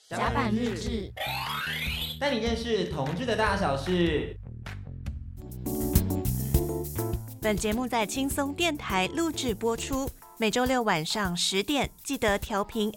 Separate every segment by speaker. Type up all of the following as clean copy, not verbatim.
Speaker 1: 甲板日志，
Speaker 2: 带你认识同志的大小事。
Speaker 3: 本节目在轻松电台录制播出，每周六晚上10点，记得调频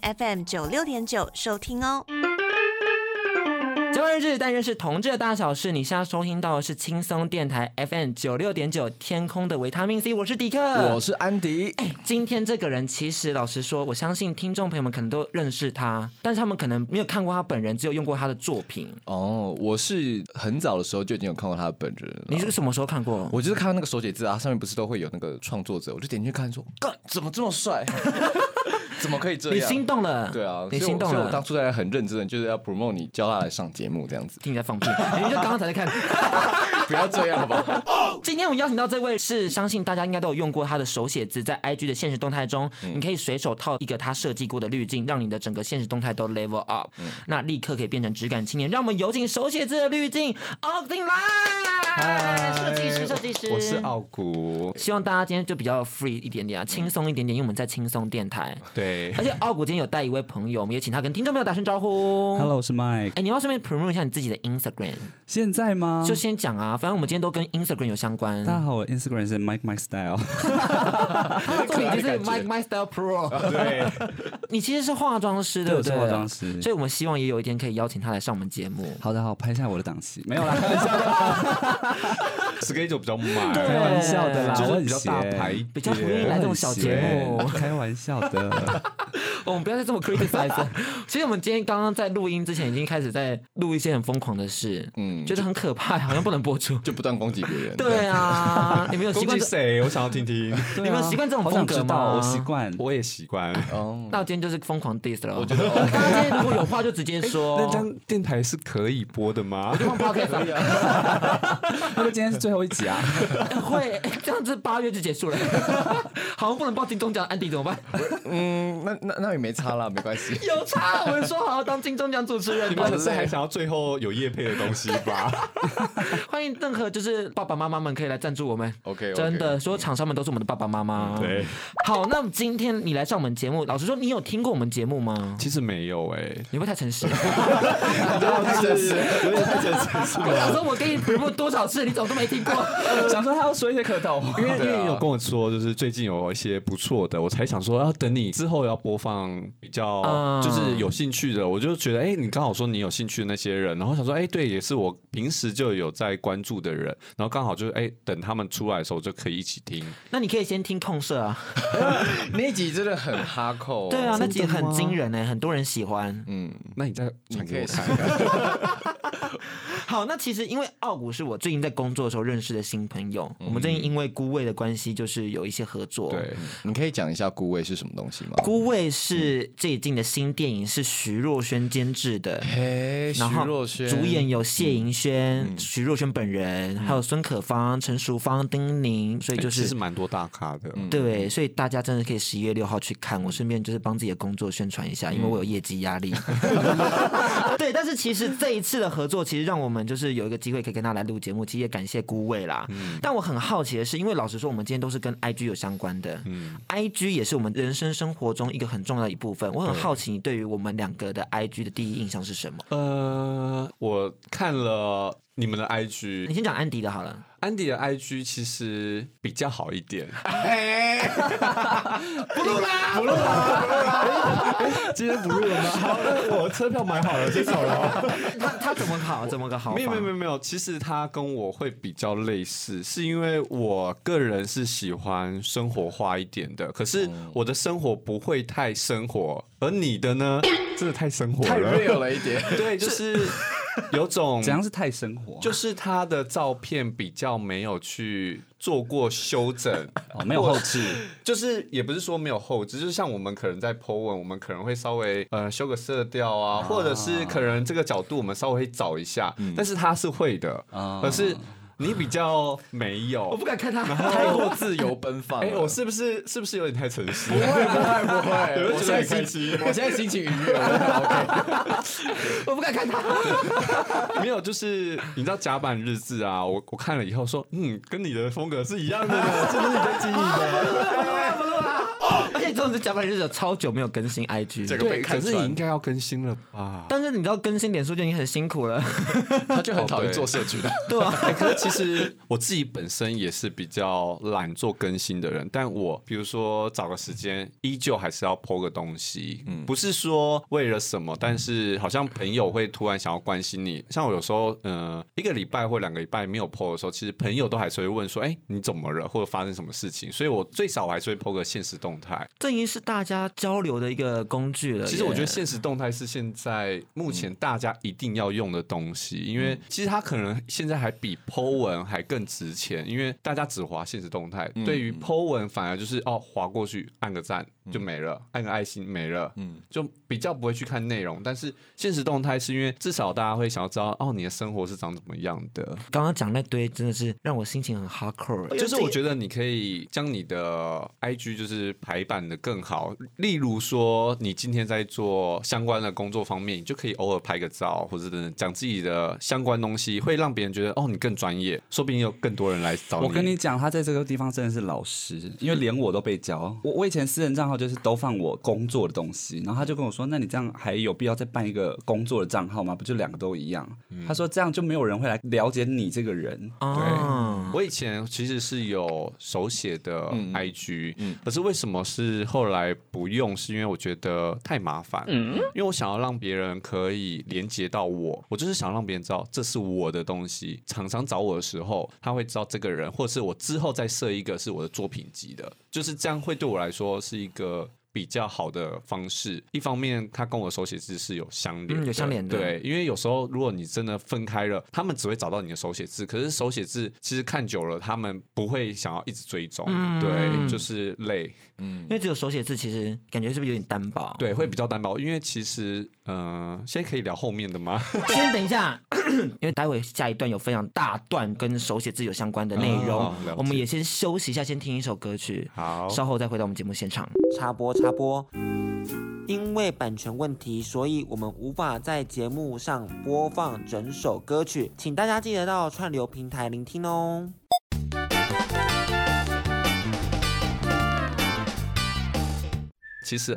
Speaker 3: FM96.9 收听哦。
Speaker 2: 甲板日志，带你认识同志的大小事。你现在收听到的是轻松电台 FM96.9 天空的维他命 C， 我是迪克，
Speaker 4: 我是安迪。
Speaker 2: 今天这个人其实老实说，我相信听众朋友们可能都认识他，但是他们可能没有看过他本人，只有用过他的作品。
Speaker 4: 哦，我是很早的时候就已经有看过他的本人了。
Speaker 2: 你是什么时候看过？
Speaker 4: 我就是看到那个手写字啊，上面不是都会有那个创作者，我就点进去看说，干怎么这么帅？怎么可以这样？
Speaker 2: 你心动了？
Speaker 4: 对啊，
Speaker 2: 你心动了。
Speaker 4: 所以我当初在很认真的就是要 promote 你，教他来上节目这样子。
Speaker 2: 听你在放屁，你就刚刚才在看。
Speaker 4: 不要这样好不好？
Speaker 2: 今天我们邀请到这位是，相信大家应该都有用过他的手写字，在 IG 的现实动态中，你可以随手套一个他设计过的滤镜，让你的整个现实动态都 level up，那立刻可以变成质感青年。让我们有请手写字的滤镜奥进来，设计师，
Speaker 5: 我是奥古。
Speaker 2: 希望大家今天就比较 free 一点点啊，轻松一点点，因为我们在轻松电台。
Speaker 5: 对，
Speaker 2: 而且奥古今天有带一位朋友，我们也请他跟听众朋友打声招呼。
Speaker 6: Hello， 我是 Mike。
Speaker 2: 你要顺便 promote 一下你自己的 Instagram。
Speaker 6: 现在吗？
Speaker 2: 就先讲啊，反正我们今天都跟 Instagram 有相关。
Speaker 6: 大家好，我 Instagram 是 Mike Style。
Speaker 2: 他的作品就是 Mike Style Pro。对，你其实是化妆师，对不对？
Speaker 6: 对，我是化妆师，
Speaker 2: 所以我们希望也有一天可以邀请他来上我们节目。
Speaker 6: 好的，好，拍下我的档期。没有啦，开玩笑的。
Speaker 5: schedule 比较满，
Speaker 6: 开玩笑的啦，
Speaker 5: 就是比较大牌，
Speaker 2: 比较不愿意来这种小节目。
Speaker 6: 开玩笑的。
Speaker 2: 我们不要再这么 criticize。其实我们今天刚刚在录音之前已经开始在录一些很疯狂的事，觉得很可怕，好像不能播出，
Speaker 4: 就不断攻击别人。
Speaker 2: 对啊，你们有习惯
Speaker 5: 谁？我想要听听。
Speaker 2: 你们有习惯这种风格吗？
Speaker 6: 我习惯，
Speaker 5: 我也习惯。
Speaker 2: 那我今天就是疯狂 diss 了。
Speaker 4: 我觉得
Speaker 2: 大家今天如果有话就直接说。
Speaker 5: 那这样电台是可以播的吗？
Speaker 2: 我就放 podcast
Speaker 6: 啊。因为今天是最后一集啊。
Speaker 2: 会这样子8月就结束了。好像不能报金钟奖，安迪怎么办？
Speaker 4: 那也没差啦，没关系。
Speaker 2: 有差，我们说好要当金钟奖主持人。
Speaker 5: 你们是还想要最后有业配的东西吧？
Speaker 2: 欢迎任何就是爸爸妈妈们可以来赞助我们。
Speaker 4: OK，
Speaker 2: 真的，所有厂商们都是我们的爸爸妈妈。
Speaker 5: 对。
Speaker 2: 好，那今天你来上我们节目，老实说，你有听过我们节目吗？
Speaker 5: 其实没有
Speaker 2: 你会太诚实了。
Speaker 4: 太诚实，
Speaker 5: 我也太诚实了。
Speaker 2: 我想说，我给你节目多少次，你怎么都没听过？
Speaker 6: 想说他要说一些客套话，
Speaker 5: 因为你有跟我说，就是最近有一些不错的，我才想说要等你之后要播放比较就是有兴趣的，我就觉得你刚好说你有兴趣的那些人，然后想说对，也是我平时就有在关注的人，然后刚好就是等他们出来的时候就可以一起听。
Speaker 2: 那你可以先听控社啊，
Speaker 4: 那一集真的很哈扣。
Speaker 2: 对啊，那集很惊人很多人喜欢。
Speaker 5: 那你再传给我看。
Speaker 2: 好，那其实因为奥古是我最近在工作的时候认识的新朋友，我们最近因为孤味的关系，就是有一些合作。
Speaker 5: 对，
Speaker 4: 你可以讲一下孤味是什么东西吗？
Speaker 2: 孤味是最近的新电影，是徐若瑄监制的。
Speaker 4: 然后
Speaker 2: 主演有谢盈萱、徐若瑄本人，还有孙可芳、陈淑芳、丁宁，所以就是
Speaker 5: 其实蛮多大咖的。
Speaker 2: 对，所以大家真的可以11月6号去看。我顺便就是帮自己的工作宣传一下，因为我有业绩压力。对，但是其实这一次的合作，其实让我们就是有一个机会可以跟他来录节目，其实也感谢孤味啦。但我很好奇的是，因为老实说，我们今天都是跟 IG 有相关的，IG 也是我们人生生活中一个很重要的一部分。我很好奇，你对于我们两个的 IG 的第一印象是什么？
Speaker 5: 我看了你们的 IG，
Speaker 2: 你先讲安迪的好了。
Speaker 5: 安迪的 IG 其实比较好一点。
Speaker 2: 不录啦！
Speaker 5: 今天不录了吗？好，我车票买好了，先走了。
Speaker 2: 他怎么好？怎么个好法？
Speaker 5: 没有。其实他跟我会比较类似，是因为我个人是喜欢生活化一点的，可是我的生活不会太生活，而你的呢，真的太生活了，
Speaker 4: 太 real 了一点。
Speaker 5: 对，就是有种
Speaker 6: 怎样是太生活？
Speaker 5: 就是他的照片比较没有去做过修整，
Speaker 6: 没有后置，
Speaker 5: 就是也不是说没有后置，就是像我们可能在 po 文，我们可能会稍微修个色调啊，或者是可能这个角度我们稍微会找一下，但是他是会的，而是你比较没有，
Speaker 2: 我不敢看他，
Speaker 4: 太过自由奔放。
Speaker 5: 我是不是有点太诚实？
Speaker 4: 不会，我现在心情愉悦，
Speaker 2: 我不敢看他。
Speaker 5: 没有，就是你知道甲板日志啊，我看了以后说，跟你的风格是一样的，是不是你在经营的？
Speaker 2: 而且这种甲板日志有超久没有更新 IG，
Speaker 4: 这个被
Speaker 5: 对，
Speaker 4: 看穿
Speaker 5: 可是你应该要更新了吧？
Speaker 2: 但是你知道更新脸书就已经很辛苦了，
Speaker 4: 他就很讨厌做社群的。
Speaker 2: 对吧？
Speaker 5: 可是其实我自己本身也是比较懒做更新的人，但我比如说找个时间，依旧还是要 po 个东西，不是说为了什么，但是好像朋友会突然想要关心你，像我有时候1个礼拜或2个礼拜没有 po 的时候，其实朋友都还是会问说，哎，你怎么了，或者发生什么事情，所以我最少我还是会 po 个限时动态。
Speaker 2: 这已经是大家交流的一个工具了。
Speaker 5: 其实我觉得限时动态是现在目前大家一定要用的东西，因为其实它可能现在还比 po 文还更值钱，因为大家只滑限时动态，对于 po 文反而就是滑过去按个赞就没了，按个爱心没了，就比较不会去看内容。但是限时动态是因为至少大家会想要知道你的生活是长怎么样的。
Speaker 2: 刚刚讲那堆真的是让我心情很 hardcore，
Speaker 5: 就是我觉得你可以将你的 IG 就是排版的更好，例如说你今天在做相关的工作方面，你就可以偶尔拍个照，或者讲自己的相关东西，会让别人觉得你更专业，说不定有更多人来找你。
Speaker 6: 我跟你讲，他在这个地方真的是老师，因为连我都被教。我以前私人账号就是都放我工作的东西，然后他就跟我说，那你这样还有必要再办一个工作的账号吗？不就2个都一样？他说这样就没有人会来了解你这个人。
Speaker 5: 对，我以前其实是有手写的 IG，可是为什么是后来不用？是因为我觉得太麻烦，因为我想要让别人可以连接到我就是想让别人知道这是我的东西。厂商找我的时候，他会知道这个人，或者是我之后再设一个是我的作品集的，就是这样会对我来说是一个比较好的方式。一方面它跟我的手写字是有相连的，
Speaker 2: 有相连的。
Speaker 5: 对，因为有时候如果你真的分开了，他们只会找到你的手写字，可是手写字其实看久了他们不会想要一直追踪，对，就是累。
Speaker 2: 因为只有手写字其实感觉是不是有点单薄？
Speaker 5: 对，会比较单薄。因为其实现在可以聊后面的吗？
Speaker 2: 先等一下，因为待会下一段有非常大段跟手写字有相关的内容，我们也先休息一下，先听一首歌曲，
Speaker 5: 好，
Speaker 2: 稍后再回到我们节目现场。插播，因为版权问题，所以我们无法在节目上播放整首歌曲，请大家记得到串流平台聆听哦。
Speaker 5: 其实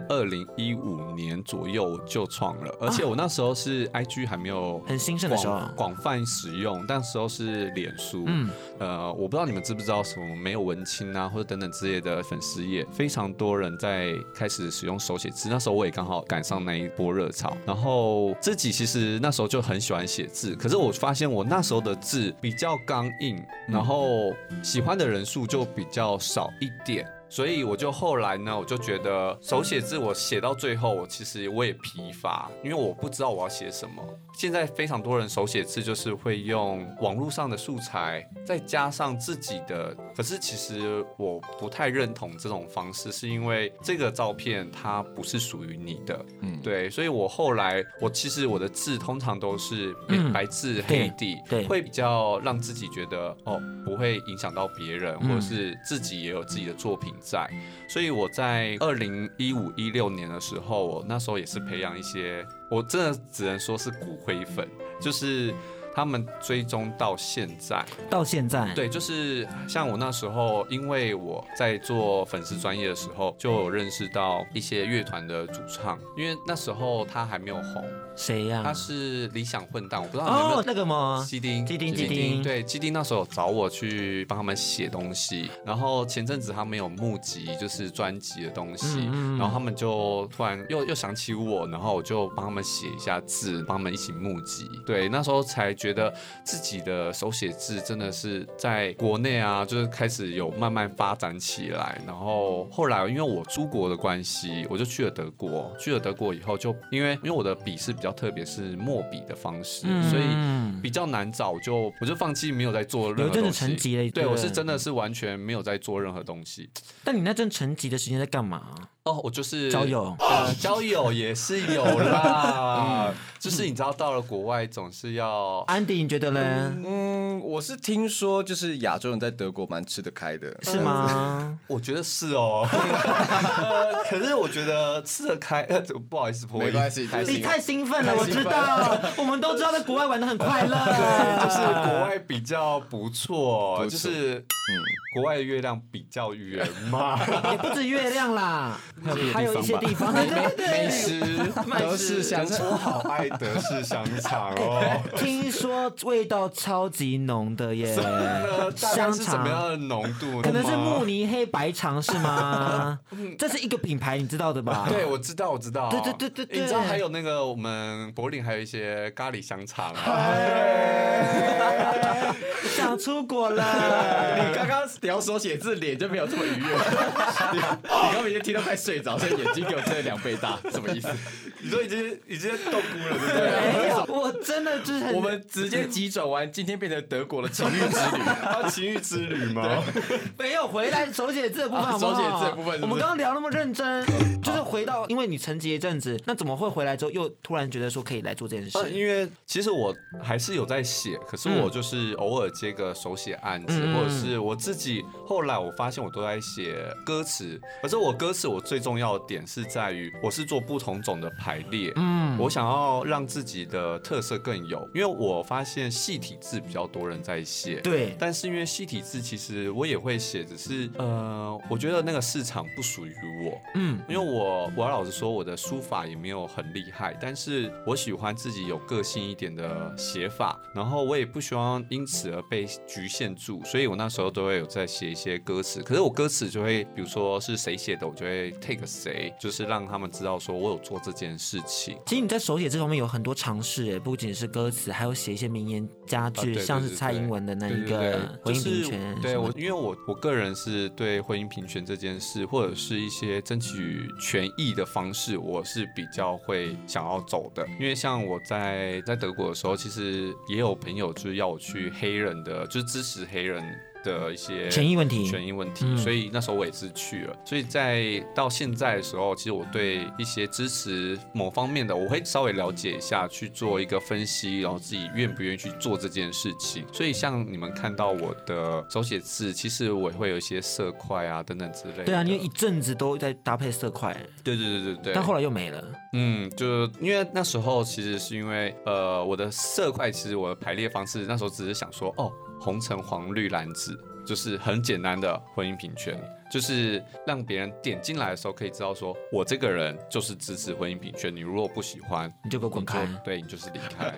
Speaker 5: 2015年左右就创了，而且我那时候是 IG 还没有
Speaker 2: 很兴盛的时候，
Speaker 5: 广泛使用，那时候是脸书。我不知道你们知不知道什么没有文青啊，或者等等之类的粉丝页，非常多人在开始使用手写字。那时候我也刚好赶上那一波热潮，然后自己其实那时候就很喜欢写字，可是我发现我那时候的字比较刚硬，然后喜欢的人数就比较少一点。所以我就后来呢，我就觉得手写字我写到最后，其实我也疲乏，因为我不知道我要写什么。现在非常多人手写字就是会用网络上的素材，再加上自己的，可是其实我不太认同这种方式，是因为这个照片它不是属于你的，对，所以我后来其实我的字通常都是白字黑底，
Speaker 2: 对，
Speaker 5: 会比较让自己觉得不会影响到别人，或者是自己也有自己的作品在，所以我在2015、16年的时候，我那时候也是培养一些，我真的只能说是骨灰粉，就是他们追踪到现在，对，就是像我那时候，因为我在做粉丝专业的时候，就有认识到一些乐团的主唱，因为那时候他还没有红。
Speaker 2: 谁呀？
Speaker 5: 他是理想混蛋，我不知道你有没有
Speaker 2: 那个吗？
Speaker 5: 基丁，对，基丁那时候找我去帮他们写东西，然后前阵子他们有募集就是专辑的东西，然后他们就突然又想起我，然后我就帮他们写一下字，帮他们一起募集。对，那时候才觉得自己的手写字真的是在国内啊，就是开始有慢慢发展起来。然后后来因为我出国的关系，我就去了德国。去了德国以后，就因为我的笔是比较特别，是墨笔的方式，所以比较难找，我就放弃，没有在做任何东西。
Speaker 2: 有一阵子沉寂了，
Speaker 5: 对，我是真的是完全没有在做任何东西。
Speaker 2: 但你那阵沉寂的时间在干嘛？
Speaker 5: 我就是
Speaker 2: 交友，
Speaker 5: 交友也是有啦，就是你知道到了国外总是要。
Speaker 2: 安迪，你觉得呢？
Speaker 4: 我是听说就是亚洲人在德国蛮吃得开的，
Speaker 2: 是吗？
Speaker 5: 我觉得是哦，可是我觉得吃得开，不好意思，
Speaker 4: 没关系，
Speaker 2: 你太兴奋了，我知道，我们都知道在国外玩得很快乐，
Speaker 5: 就是国外比较不错，就是国外的月亮比较圆嘛，
Speaker 2: 也不止月亮啦，还有一些地方，
Speaker 4: 美食，德式香肠，
Speaker 5: 我好爱德式香肠哦。
Speaker 2: 听说味道超级浓的耶，
Speaker 5: 香肠是怎么样的浓度？
Speaker 2: 可能是慕尼黑白肠是吗？这是一个品牌，你知道的吧？
Speaker 5: 对，我知道。
Speaker 2: 对，
Speaker 5: 你知道还有那个我们柏林还有一些咖喱香肠，
Speaker 2: 想出国了。
Speaker 4: 你刚刚聊手写字，脸就没有这么愉悦。你刚刚已经听到快睡着，所以眼睛给我睁2倍大，什么意思？
Speaker 5: 你说已经冻菇了，对不对？
Speaker 2: 没有，我真的就是
Speaker 4: 我们直接急转弯，今天变成德国的情欲之旅，
Speaker 5: 情欲之旅吗？
Speaker 2: 没有回来手写字的部分好不好，
Speaker 4: 手写字的部分是不是
Speaker 2: 我们刚刚聊那么认真，就是回到，因为你沉寂一阵子，那怎么会回来之后又突然觉得说可以来做这件事？
Speaker 5: 因为其实我还是有在写，可是我就是偶尔接个手写案子，或者是我自己。后来我发现我都在写歌词，可是我歌词我最重要的点是在于我是做不同种的排列，我想要让自己的特色更有，因为我发现细体字比较多人在写，
Speaker 2: 对，
Speaker 5: 但是因为细体字其实我也会写，只是我觉得那个市场不属于我，因为我要老实说，我的书法也没有很厉害，但是我喜欢自己有个性一点的写法，然后我也不希望因此而被局限住，所以我那时候都会有在写一些歌词，可是我歌词就会比如说是谁写的，我就会 take 谁，就是让他们知道说我有做这件事情。
Speaker 2: 其实你在手写这方面有很多尝试，不仅是歌词，还有写一些名言佳句，像是蔡英文的那一个婚姻平权。
Speaker 5: 对，因为我个人是对婚姻平权这件事，或者是一些争取权益的方式，我是比较会想要走的。因为像我在德国的时候，其实也有朋友就是要我去黑人的，就是支持黑人的一些
Speaker 2: 权益问题，
Speaker 5: 所以那时候我也是去了。所以到现在的时候，其实我对一些支持某方面的，我会稍微了解一下，去做一个分析，然后自己愿不愿意去做这件事情。所以像你们看到我的手写字，其实我也会有一些色块啊等等之类的。
Speaker 2: 对啊，因为一阵子都在搭配色块。
Speaker 5: 对，
Speaker 2: 但后来又没了。
Speaker 5: 就因为那时候其实是因为我的色块，其实我的排列方式那时候只是想说，红橙黄绿蓝紫，就是很简单的婚姻平权，就是让别人点进来的时候可以知道说，我这个人就是支持婚姻平权，你如果不喜欢，
Speaker 2: 你就给我滚开，
Speaker 5: 对，你就是离开，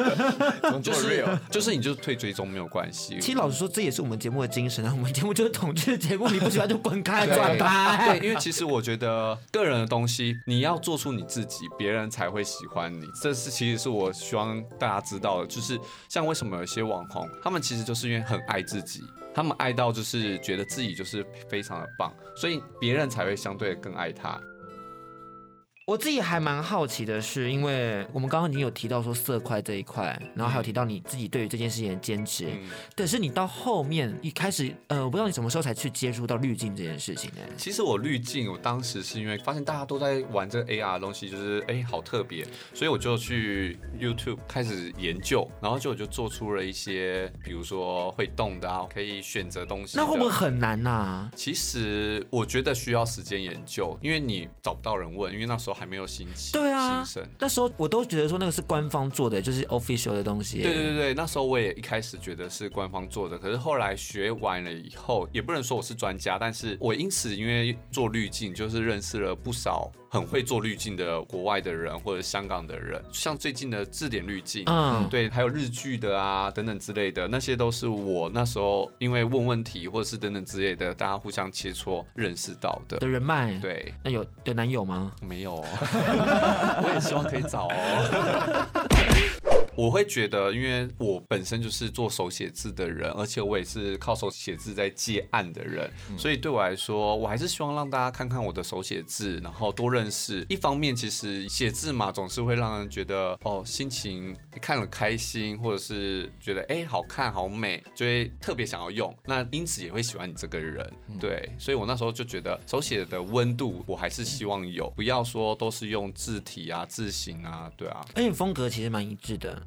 Speaker 5: 就是你就退追踪没有关系。
Speaker 2: 其实老实说，这也是我们节目的精神啊，我们节目就是统治的节目，你不喜欢就滚开转台。
Speaker 5: 对，因为其实我觉得个人的东西，你要做出你自己，别人才会喜欢你。这是其实是我希望大家知道的，就是像为什么有些网红，他们其实就是因为很爱自己。他们爱到就是觉得自己就是非常的棒，所以别人才会相对更爱他。
Speaker 2: 我自己还蛮好奇的是，因为我们刚刚已经有提到说色块这一块，然后还有提到你自己对于这件事情的坚持，但是你到后面一开始，我不知道你什么时候才去接触到滤镜这件事情呢？
Speaker 5: 其实我滤镜，我当时是因为发现大家都在玩这个 AR 的东西，就是好特别，所以我就去 YouTube 开始研究，然后我就做出了一些，比如说会动的啊，可以选择东西。
Speaker 2: 那会不会很难啊？
Speaker 5: 其实我觉得需要时间研究，因为你找不到人问，因为那时候还没有兴起。
Speaker 2: 对啊，
Speaker 5: 新生
Speaker 2: 那时候我都觉得说那个是官方做的，就是 official 的东西。
Speaker 5: 对，那时候我也一开始觉得是官方做的，可是后来学完了以后，也不能说我是专家，但是我因此因为做滤镜，就是认识了不少很会做滤镜的国外的人或者香港的人，像最近的字典滤镜，对，还有日剧的啊等等之类的，那些都是我那时候因为问问题或者是等等之类的，大家互相切磋认识到的
Speaker 2: 人脉。
Speaker 5: 对，
Speaker 2: 那有男友吗？
Speaker 5: 没有，我也希望可以找哦。我会觉得，因为我本身就是做手写字的人，而且我也是靠手写字在接案的人，所以对我来说，我还是希望让大家看看我的手写字，然后多认识。一方面，其实写字嘛，总是会让人觉得心情看了开心，或者是觉得好看好美，就会特别想要用。那因此也会喜欢你这个人，对。所以我那时候就觉得手写的温度，我还是希望有，不要说都是用字体啊、字形啊，对啊。
Speaker 2: 而且风格其实蛮一致的。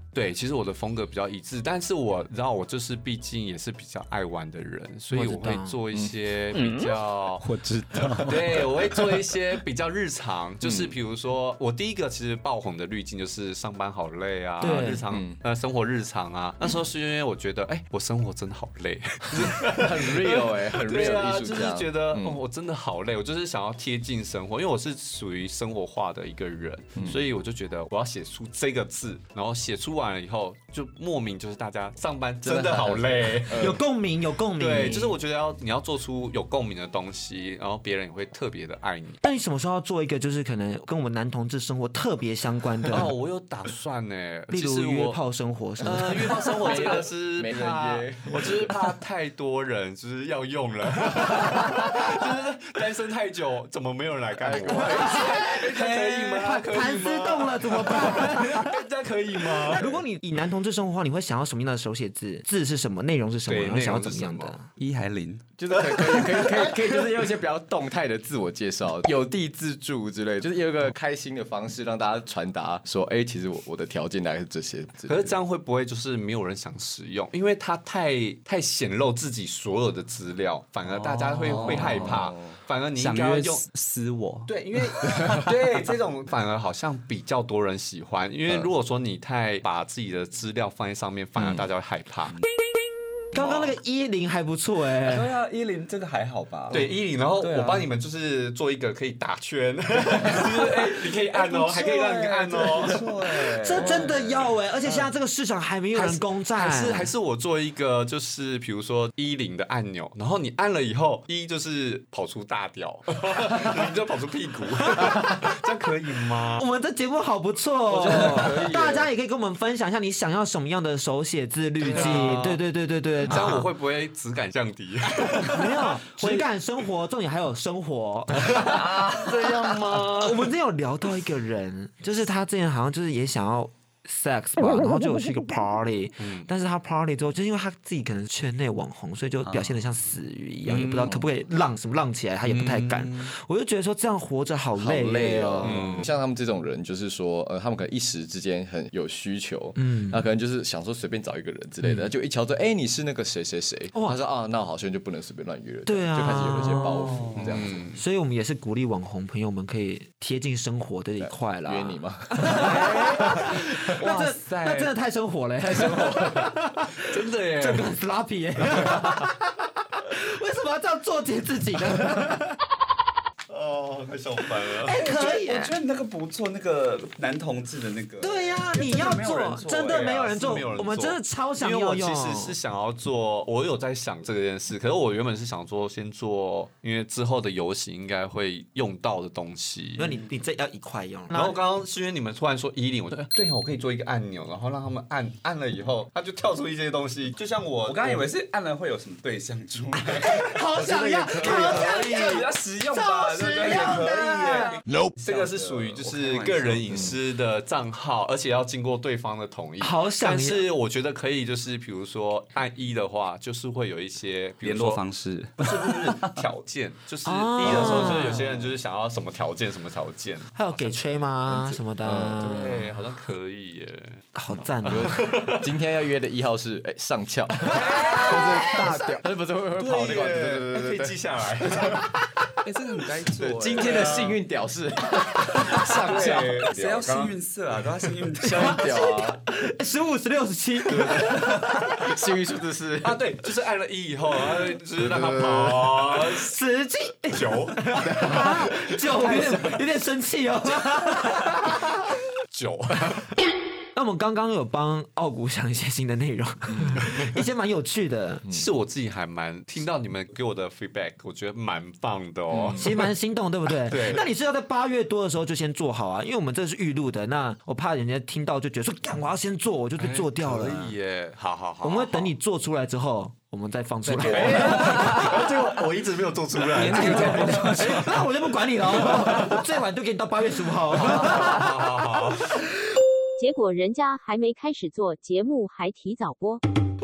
Speaker 5: 对，其实我的风格比较一致，但是我知道我就是毕竟也是比较爱玩的人，所以我会做一些比较，
Speaker 6: 我知道，
Speaker 5: 对，我会做一些比较日常，就是比如说我第一个其实爆红的滤镜就是上班好累啊，日常生活日常啊，那时候是因为我觉得我生活真的好累，
Speaker 4: 很 real 很 real 的艺术家，
Speaker 5: 就是觉得我真的好累，我就是想要贴近生活，因为我是属于生活化的一个人，所以我就觉得我要写出这个字，然后写出完了以后就莫名就是大家上班真的好累，
Speaker 2: 有共鸣，有共鸣。
Speaker 5: 对，就是我觉得你要做出有共鸣的东西，然后别人也会特别的爱你。
Speaker 2: 那你什么时候要做一个就是可能跟我们男同志生活特别相关的？
Speaker 5: 哦，我有打算呢，
Speaker 2: 例如约炮生活什么的。
Speaker 5: 约炮生活真的是
Speaker 4: 没人约，
Speaker 5: 我就是怕太多人就是要用了，就是单身太久，怎么没有人来干我？可以吗？可以吗？
Speaker 2: 盘丝动了怎么办？
Speaker 5: 这样可以吗？
Speaker 2: 如果你以男同志生活的话，你会想要什么样的手写字？字是什么？内容是什么？
Speaker 5: 对，
Speaker 2: 然后想要怎么样的
Speaker 6: ？1还0，
Speaker 4: 就是可以，就是用一些比较动态的自我介绍，有地自助之类的，就是有一个开心的方式让大家传达说，其实我的条件大概是这些。
Speaker 5: 可是这样会不会就是没有人想使用？因为他太显露自己所有的资料，反而大家会害怕。反而你应该要用
Speaker 6: 私我，
Speaker 5: 对，因为对这种反而好像比较多人喜欢，因为如果说你太把自己的资料放在上面，反而大家会害怕。
Speaker 2: 刚刚那个10还不错
Speaker 6: 对啊，10这个还好吧？
Speaker 5: 对10，然后我帮你们就是做一个可以打圈，就是你可以按哦，还可以让你按哦，
Speaker 6: 不错
Speaker 2: 这真的要而且现在这个市场还没有人攻占，
Speaker 5: 还是我做一个就是比如说10的按钮，然后你按了以后1就是跑出大屌，0就跑出屁股，这样可以吗？
Speaker 2: 我们的节目好不错，
Speaker 4: 我觉得可以，
Speaker 2: 大家也可以跟我们分享一下你想要什么样的手写字滤镜，对。
Speaker 5: 这样我会不会质感降低？
Speaker 2: 没有，情感生活重点还有生活，
Speaker 5: 这样吗？
Speaker 2: 我们之前有聊到一个人，就是他之前好像就是也想要sex 吧，然后就有去一个 party，但是他 party 之后，就是因为他自己可能圈内网红，所以就表现得像死鱼一样，也不知道可不可以浪起来，他也不太敢。我就觉得说这样活着好累哦。
Speaker 4: 像他们这种人，就是说他们可能一时之间很有需求，那可能就是想说随便找一个人之类的，就一敲说，你是那个谁谁谁，他说啊，那好像就不能随便乱约了，
Speaker 2: 对啊，
Speaker 4: 就开始有一些包袱这样子。
Speaker 2: 所以我们也是鼓励网红朋友们可以贴近生活这一块啦。
Speaker 4: 约你吗？
Speaker 2: 哇塞，那真的太生活了，太生活了，
Speaker 5: 真的耶，
Speaker 2: 这个很 sloppy 耶。为什么要这样作践自己呢？
Speaker 5: 哦，快笑翻了。
Speaker 2: 可以，
Speaker 6: 我觉得你那个不错，那个男同志的那个。
Speaker 2: 对呀，你要做，真的没有人做，我们真的超想要用。
Speaker 5: 因为我其实是想要做，我有在想这件事，可是我原本是想说先做，因为之后的游行应该会用到的东西。
Speaker 2: 那你这要1块用。
Speaker 5: 然后刚刚是因为你们突然说10，我说对，我可以做一个按钮，然后让他们按了以后，他就跳出一些东西，就像我
Speaker 6: 刚刚以为是按了会有什么对象出来，
Speaker 2: 好想要，
Speaker 6: 可以，比较实用吧。也可以耶。
Speaker 5: Nope， 这个是属于就是个人隐私的账号，而且要经过对方的同意。
Speaker 2: 好想要，
Speaker 5: 但是我觉得可以，就是比如说按1的话，就是会有一些
Speaker 6: 联络方式，
Speaker 5: 不是条件，就是1的时候，就是有些人就是想要什么条件，
Speaker 2: 还有给吹吗什么的？
Speaker 5: 对，好像可以耶，
Speaker 2: 好赞哦！
Speaker 4: 今天要约的1号是上翘，或者大屌，他不是会跑那个，
Speaker 5: 可以记下来。
Speaker 6: 这个很该做。
Speaker 4: 今天的幸运屌是上翘，
Speaker 6: 谁要幸运色啊？都要幸运
Speaker 4: 屌啊
Speaker 2: ！15、16、17，
Speaker 4: 幸运数字是
Speaker 5: 啊，对，就是按了1以后，然后就是让他跑
Speaker 2: 实际
Speaker 5: 9，
Speaker 2: 有点生气哦。
Speaker 5: 9。
Speaker 2: 那我们刚刚有帮傲骨想一些新的内容，一些蛮有趣的。
Speaker 5: 其实我自己还蛮听到你们给我的 feedback， 我觉得蛮棒的哦，
Speaker 2: 其实蛮心动，对不对？
Speaker 5: 对。
Speaker 2: 那你是要在8月多的时候就先做好啊，因为我们这是预录的，那我怕人家听到就觉得说，我要先做，我就被做掉了。
Speaker 5: 可以耶，好，
Speaker 2: 我们会等你做出来之后，我们再放出来。
Speaker 5: 结果我一直没有做出来，
Speaker 2: 那我就不管你了，我最晚就给你到8月15号。
Speaker 5: 好。
Speaker 1: 结果人家还没开始做节目，还提早播。
Speaker 2: 哇，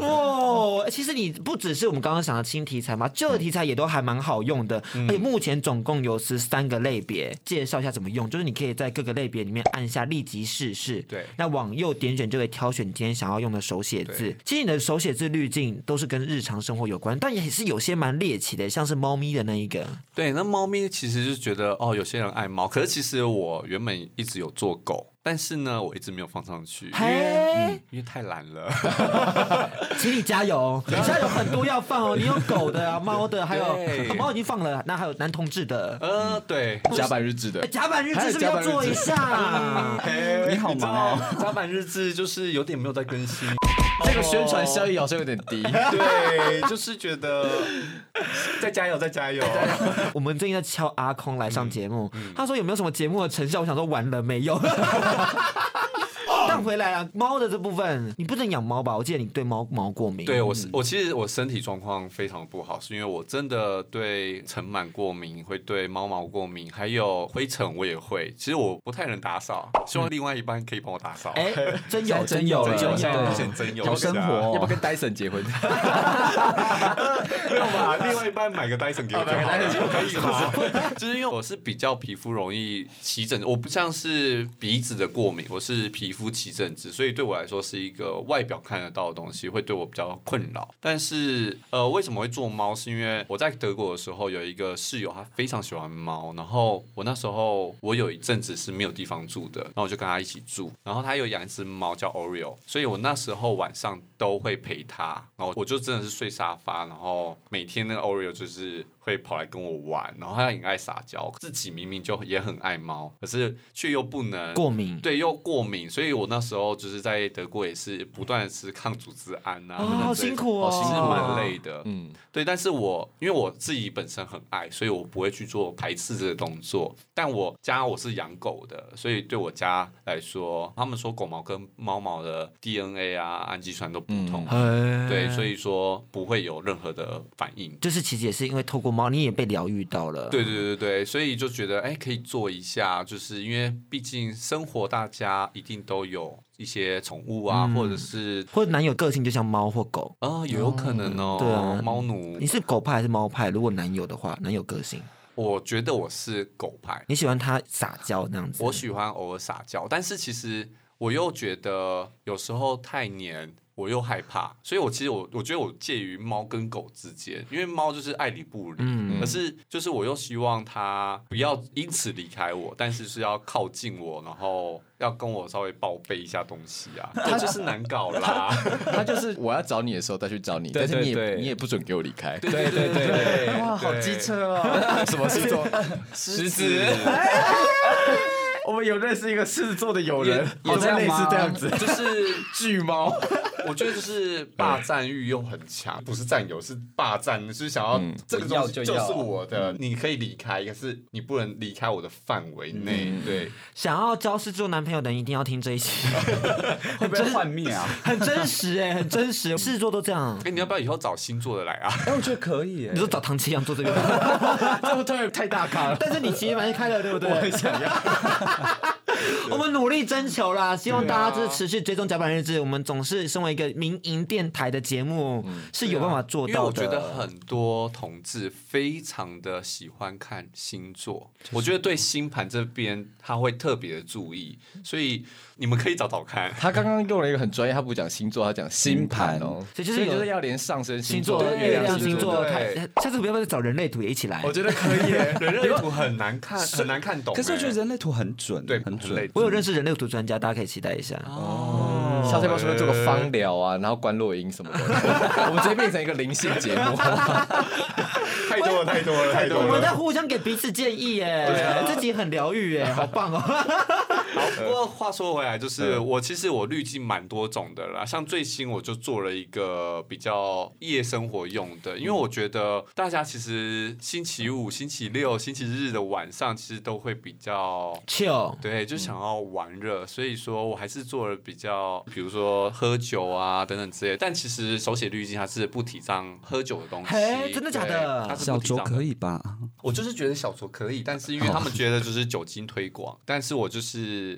Speaker 2: 哦，其实你不只是我们刚刚想的新题材嘛，旧的题材也都还蛮好用的。而且目前总共有13个类别，介绍一下怎么用。就是你可以在各个类别里面按下立即试试，
Speaker 5: 对，
Speaker 2: 那往右点选就可以挑选你今天想要用的手写字。其实你的手写字滤镜都是跟日常生活有关，但也是有些蛮猎奇的，像是猫咪的那一个。
Speaker 5: 对，那猫咪其实就觉得有些人爱猫，可是其实我原本一直有做狗。但是呢，我一直没有放上去，因为太懒了。
Speaker 2: 请你加油，你现在有很多要放哦，你有狗的啊、猫的，还有猫已经放了，那还有男同志的，
Speaker 5: 对，
Speaker 4: 甲板日志的，
Speaker 2: 甲板日志是不是要做一下？
Speaker 6: 你好忙哦，
Speaker 5: 甲板日志就是有点没有在更新。
Speaker 4: 这个宣传效益好像有点低，
Speaker 5: 对，就是觉得再加油，再加油。
Speaker 2: 我们最近在敲阿空来上节目，他说有没有什么节目的成效？我想说完了没有。但回来啊，猫的这部分你不能养猫吧？我记得你对猫毛过敏。
Speaker 5: 对我其实我身体状况非常不好，是因为我真的对尘螨过敏，会对猫毛过敏，还有灰尘我也会。其实我不太能打扫，希望另外一半可以帮我打扫。
Speaker 2: 真有
Speaker 6: 真有了，
Speaker 5: 真有
Speaker 6: 好生活，
Speaker 4: 要不要跟 Dyson 结婚？
Speaker 5: 没有吧？另外一半买个 Dyson 给我就好，可以吗？就是因为我是比较皮肤容易起疹子，我不像是鼻子的过敏，我是皮肤起疹子，所以对我来说是一个外表看得到的东西，会对我比较困扰。但是为什么会做猫？是因为我在德国的时候有一个室友，他非常喜欢猫，然后我那时候我有一阵子是没有地方住的，然后我就跟他一起住，然后他有养一只猫叫 Oreo， 所以我那时候晚上都会陪他，然后我就真的是睡沙发，然后每天那个 Oreo 就是会跑来跟我玩，然后他很爱撒娇，自己明明就也很爱猫，可是却又不能
Speaker 2: 过敏，
Speaker 5: 对，又过敏，所以我那时候就是在德国也是不断的吃抗组织胺啊，
Speaker 2: 好辛苦哦，
Speaker 5: 其实蛮累的，对，但是因为我自己本身很爱，所以我不会去做排斥这个动作，但我家我是养狗的，所以对我家来说，他们说狗毛跟猫毛的 DNA 啊氨基酸都不同，对，所以说不会有任何的反应，
Speaker 2: 就是其实也是因为透过猫你也被疗愈到了，
Speaker 5: 对，所以就觉得可以做一下，就是因为毕竟生活大家一定都有一些宠物啊，或者
Speaker 2: 男友个性就像猫或狗
Speaker 5: 也有可能哦。
Speaker 2: 对啊，
Speaker 5: 猫奴，
Speaker 2: 你是狗派还是猫派？如果男友的话，男友个性，
Speaker 5: 我觉得我是狗派。
Speaker 2: 你喜欢他撒娇那样子？
Speaker 5: 我喜欢偶尔撒娇，但是其实我又觉得有时候太黏。我又害怕，所以我觉得我介于猫跟狗之间，因为猫就是爱理不理，可是就是我又希望它不要因此离开我，但是是要靠近我，然后要跟我稍微报备一下东西啊，它就是难搞啦。
Speaker 4: 他就是我要找你的时候再去找你，但是你也不准给我离开。
Speaker 6: 对，
Speaker 4: 哇，好机车哦！什么星座？狮子。我们有认识一个狮子座的友人，好像类似这样子，
Speaker 5: 就是
Speaker 4: 巨猫。
Speaker 5: 我觉得就是霸占欲又很强，不是占有，是霸占，就是想要这个东西就是我的，你可以离开，可是你不能离开我的范围内。对，
Speaker 2: 想要交狮子座男朋友的人一定要听这一期，
Speaker 6: 会不会幻灭啊？
Speaker 2: 很真实很真实，狮子座都这样。
Speaker 5: 你要不要以后找星座的来啊？
Speaker 6: 我觉得可以。
Speaker 2: 你说找唐奇阳做这个，
Speaker 4: 这不对，太大咖了。
Speaker 2: 但是你其实蛮开的，对不对？
Speaker 4: 我很想要。
Speaker 2: 我们努力征求啦，希望大家就是持续追踪甲板日志。我们总是身为一个民营电台的节目，是有办法做到的。因为
Speaker 5: 我觉得很多同志非常的喜欢看星座，我觉得对星盘这边他会特别的注意，所以你们可以找找看。
Speaker 4: 他刚刚用了一个很专业，他不讲星座，他讲星盘哦，所以就是要连上升星座、
Speaker 2: 月亮星座。下次不要再找人类图也一起来？
Speaker 4: 我觉得可以耶。
Speaker 5: 人类图很难看，很难看懂。
Speaker 6: 可是我觉得人类图很准，
Speaker 5: 对，
Speaker 6: 很准。
Speaker 2: 我有认识人类图专家，大家可以期待一下。
Speaker 4: 下次要不要顺便做个芳疗啊，然后关落音什么的？我们直接变成一个灵性节目。
Speaker 5: 太多了。
Speaker 2: 我们在互相给彼此建议耶，自己很疗愈耶，好棒哦。
Speaker 5: 好，不过话说回来，就是其实我滤镜蛮多种的啦，像最新我就做了一个比较夜生活用的，因为我觉得大家其实星期五、星期六、星期日的晚上其实都会比较
Speaker 2: chill，
Speaker 5: 对，就想要玩热，所以说我还是做了比较，比如说喝酒啊等等之类的，但其实手写滤镜它是不提倡喝酒的东西，
Speaker 2: 真的假的？
Speaker 6: 小酌可以吧？
Speaker 5: 我就是觉得小酌可以，但是因为他们觉得就是酒精推广，但是我就是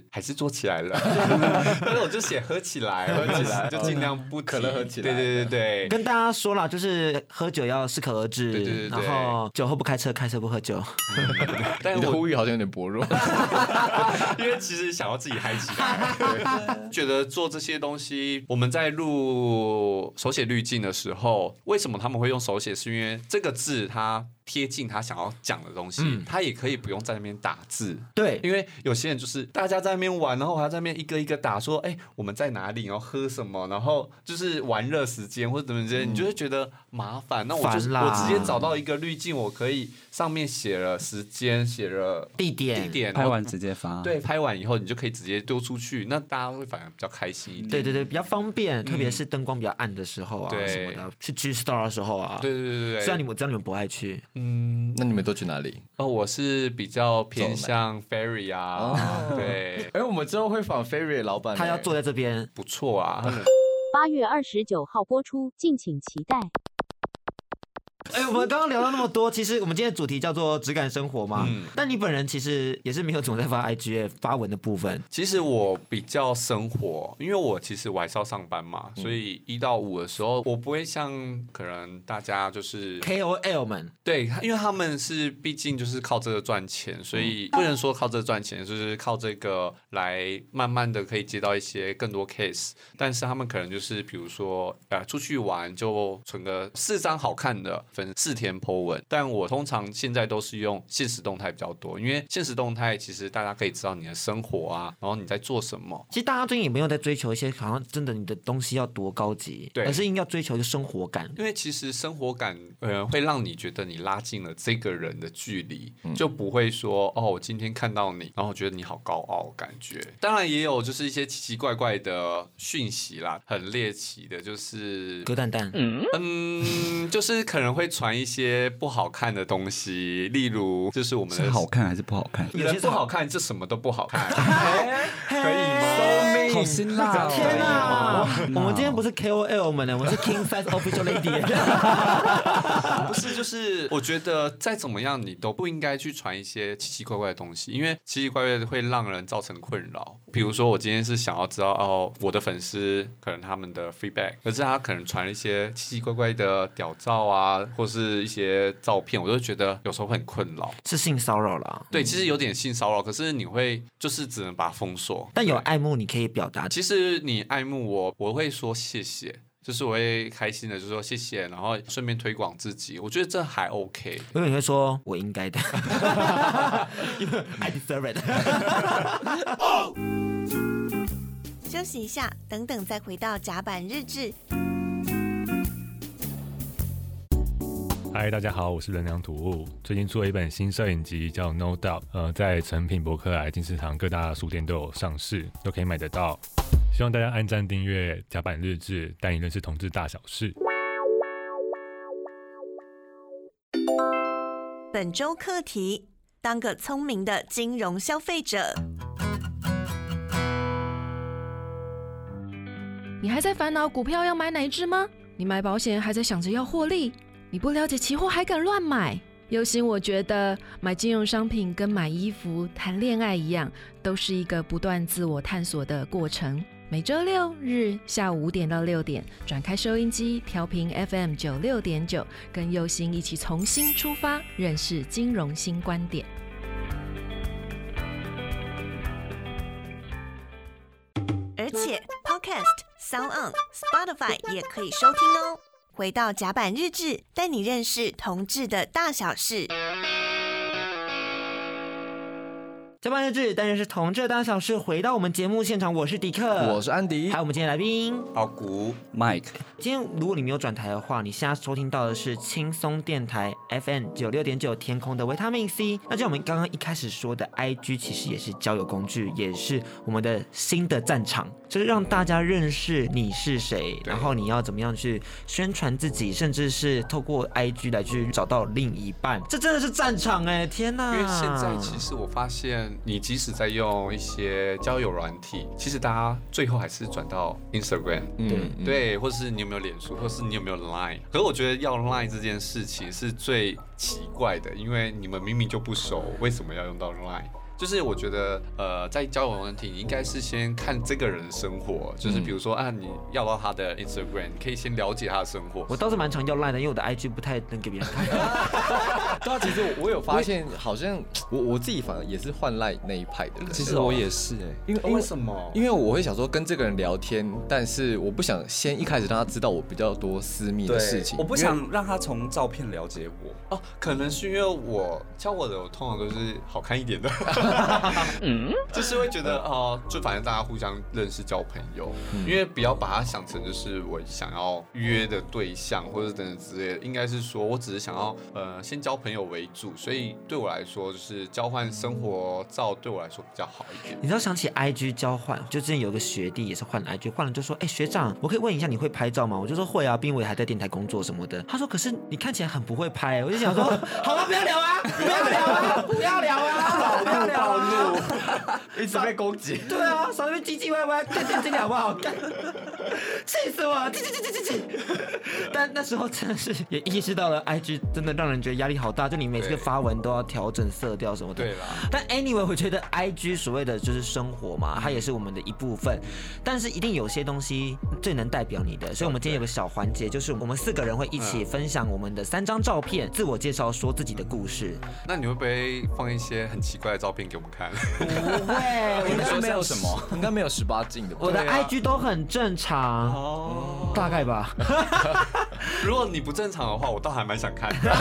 Speaker 5: 还是做起来了，但是我就写喝起来，就尽量不可乐喝起来。对，
Speaker 2: 跟大家说了，就是喝酒要适可而止，
Speaker 5: 对，
Speaker 2: 然后酒后不开车，开车不喝酒。
Speaker 4: 但你的呼吁好像有点薄弱，
Speaker 5: 因为其实想要自己嗨起来，觉得做这些东西，我们在录手写滤镜的时候，为什么他们会用手写？是因为这个字它贴近他想要讲的东西，他也可以不用在那边打字。
Speaker 2: 对，
Speaker 5: 因为有些人就是大家在那边玩，然后还要在那边一个一个打说，我们在哪里，然后喝什么，然后就是玩乐时间或者怎么之类，你就会觉得麻烦。那我直接找到一个滤镜，我可以上面写了时间，写了地点，
Speaker 6: 拍完直接发。
Speaker 5: 对，拍完以后你就可以直接丢出去，那大家会反而比较开心一点。
Speaker 2: 对，比较方便，特别是灯光比较暗的时候啊，什么的，去 G Star 的时候啊。
Speaker 5: 对。
Speaker 2: 虽然我知道你们不爱去。
Speaker 4: 那你们都去哪里？
Speaker 5: 我是比较偏向 Ferry 啊，对。
Speaker 4: 我们之后会访 Ferry 的老板，
Speaker 2: 他要坐在这边，
Speaker 5: 不错啊。
Speaker 1: 8月29号播出，敬请期待。
Speaker 2: 我们刚刚聊到那么多，其实我们今天的主题叫做质感生活嘛。但你本人其实也是没有总在发 IG 发文的部分。
Speaker 5: 其实我比较生活，因为我其实还是要上班嘛，所以1到5的时候，我不会像可能大家就是
Speaker 2: KOL 们，
Speaker 5: 对，因为他们是毕竟就是靠这个赚钱，所以不能说靠这个赚钱，就是靠这个来慢慢的可以接到一些更多 case。但是他们可能就是比如说出去玩就存个4张好看的。分4天 po 文，但我通常现在都是用限时动态比较多，因为限时动态其实大家可以知道你的生活啊，然后你在做什么。
Speaker 2: 其实大家最近也没有在追求一些好像真的你的东西要多高级，而是应该要追求一个生活感。
Speaker 5: 因为其实生活感会让你觉得你拉近了这个人的距离，就不会说我今天看到你，然后觉得你好高傲感觉。当然也有就是一些奇奇怪怪的讯息啦，很猎奇的，就是
Speaker 2: 鸽蛋蛋，
Speaker 5: 就是可能会传一些不好看的东西，例如就是我们的
Speaker 6: 是好看还是不好看？
Speaker 5: 有些不好看，这什么都不好看，可以吗？
Speaker 6: 好辛辣！
Speaker 2: 天哪！我们今天不是 KOL 们呢，我们是 King Size Official Lady。
Speaker 5: 不是，就是我觉得再怎么样，你都不应该去传一些奇奇怪怪的东西，因为奇奇怪怪的会让人造成困扰。比如说，我今天是想要知道我的粉丝可能他们的 feedback， 可是他可能传了一些奇奇怪怪的屌照啊，或是一些照片，我就觉得有时候会很困扰，
Speaker 2: 是性骚扰啦。
Speaker 5: 对，其实有点性骚扰，可是你会就是只能把它封锁。
Speaker 2: 但有爱慕你可以表达，
Speaker 5: 其实你爱慕我会说谢谢。就是我会开心的，就是说谢谢，然后顺便推广自己，我觉得这还 OK。
Speaker 2: 因为你会说我应该的，因为 I deserve it。
Speaker 3: 休息一下，等等再回到甲板日志。
Speaker 7: 嗨，大家好，我是能量吐雾。最近做了一本新摄影集，叫 No Doubt， 在诚品、博客来、金石堂各大书店都有上市，都可以买得到。希望大家按赞订阅甲板日志，带你认识同志大小事。
Speaker 3: 本周课题：当个聪明的金融消费者。
Speaker 8: 你还在烦恼股票要买哪一支吗？你买保险还在想着要获利？你不了解期货还敢乱买？尤其我觉得买金融商品跟买衣服、谈恋爱一样，都是一个不断自我探索的过程。每周6日下午5点到6点，转开收音机，调频 FM 96.9，跟佑星一起从新出发，认识金融新观点。
Speaker 3: 而且 Podcast、Sound On、Spotify 也可以收听哦。回到甲板日志，带你认识同志的大小事。
Speaker 2: 甲板日志，当然是同志的大小事。回到我们节目现场，我是迪克，
Speaker 4: 我是安迪，
Speaker 2: 还有我们今天来宾
Speaker 5: 老谷
Speaker 6: Mike。
Speaker 2: 今天如果你没有转台的话，你现在收听到的是轻松电台 FM 96.9天空的维他命 C。那就我们刚刚一开始说的 IG， 其实也是交友工具，也是我们的新的战场，就是让大家认识你是谁，然后你要怎么样去宣传自己，甚至是透过 IG 来去找到另一半。这真的是战场哎！天哪！
Speaker 5: 因为现在其实我发现，你即使在用一些交友软体，其实大家最后还是转到 Instagram， 对，或是你有没有脸书，或是你有没有 Line。可是我觉得要 Line 这件事情是最奇怪的，因为你们明明就不熟，为什么要用到 Line？ 就是我觉得在交友软体，你应该是先看这个人的生活，就是比如说你要到他的 Instagram， 你可以先了解他的生活。
Speaker 2: 我倒是蛮常要赖的，因为我的 IG 不太能给别人看。
Speaker 4: 对啊，其实我有发现，好像我自己反而也是换赖那一派的人。
Speaker 6: 其实我也是
Speaker 4: 因为什么？因为我会想说跟这个人聊天，但是我不想先一开始让他知道我比较多私密的事情，
Speaker 6: 我不想让他从照片了解我。
Speaker 5: 哦，可能是因为我教我通常都是好看一点的，就是会觉得就反正大家互相认识交朋友，因为不要把它想成就是我想要约的对象或者等等之类的，应该是说我只是想要先交朋友为主，所以对我来说就是交换生活照对我来说比较好一点。
Speaker 2: 你知道想起 IG 交换，就之前有个学弟也是换 IG， 换了就说，学长，我可以问一下你会拍照吗？我就说会啊，毕竟我也还在电台工作什么的。他说可是你看起来很不会拍，我就想说好啊，不要聊啊，不要聊啊，不要聊啊，不要聊啊，
Speaker 4: 一直被攻击。
Speaker 2: 对啊，少那边唧唧歪歪，干这个好不好？干，气死我了，气。但那时候真的是也意识到了 IG 真的让人觉得压力好大，就你每次发文都要调整色调什么的。
Speaker 5: 对啦。
Speaker 2: 但 anyway， 我觉得 IG 所谓的就是生活嘛，它也是我们的一部分。但是一定有些东西最能代表你的，所以我们今天有个小环节，就是我们4个人会一起分享我们的3张照片，自我介绍，说自己的故事。
Speaker 5: 那你会不会放一些很奇怪的照片给我们看？
Speaker 2: 不会，
Speaker 4: 我应该没有什么，应该没有18禁的吧。
Speaker 2: 我的 IG 都很正常，大概吧。
Speaker 5: 如果你不正常的话，我倒还蛮想看的。